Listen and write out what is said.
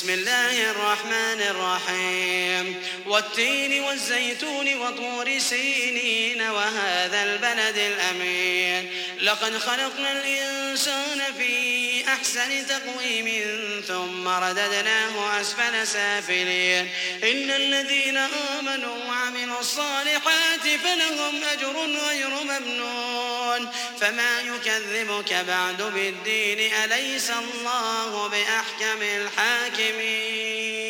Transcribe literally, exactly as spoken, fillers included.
بسم الله الرحمن الرحيم والتين والزيتون وطور سينين وهذا البلد الأمين لقد خلقنا الإنسان في أحسن تقويم ثم رددناه أسفل سافلين إن الذين آمنوا وعملوا الصالحات فلهم أجر غير ممنون فما يكذبك بعد بالدين أليس الله بأحكم الحاكمين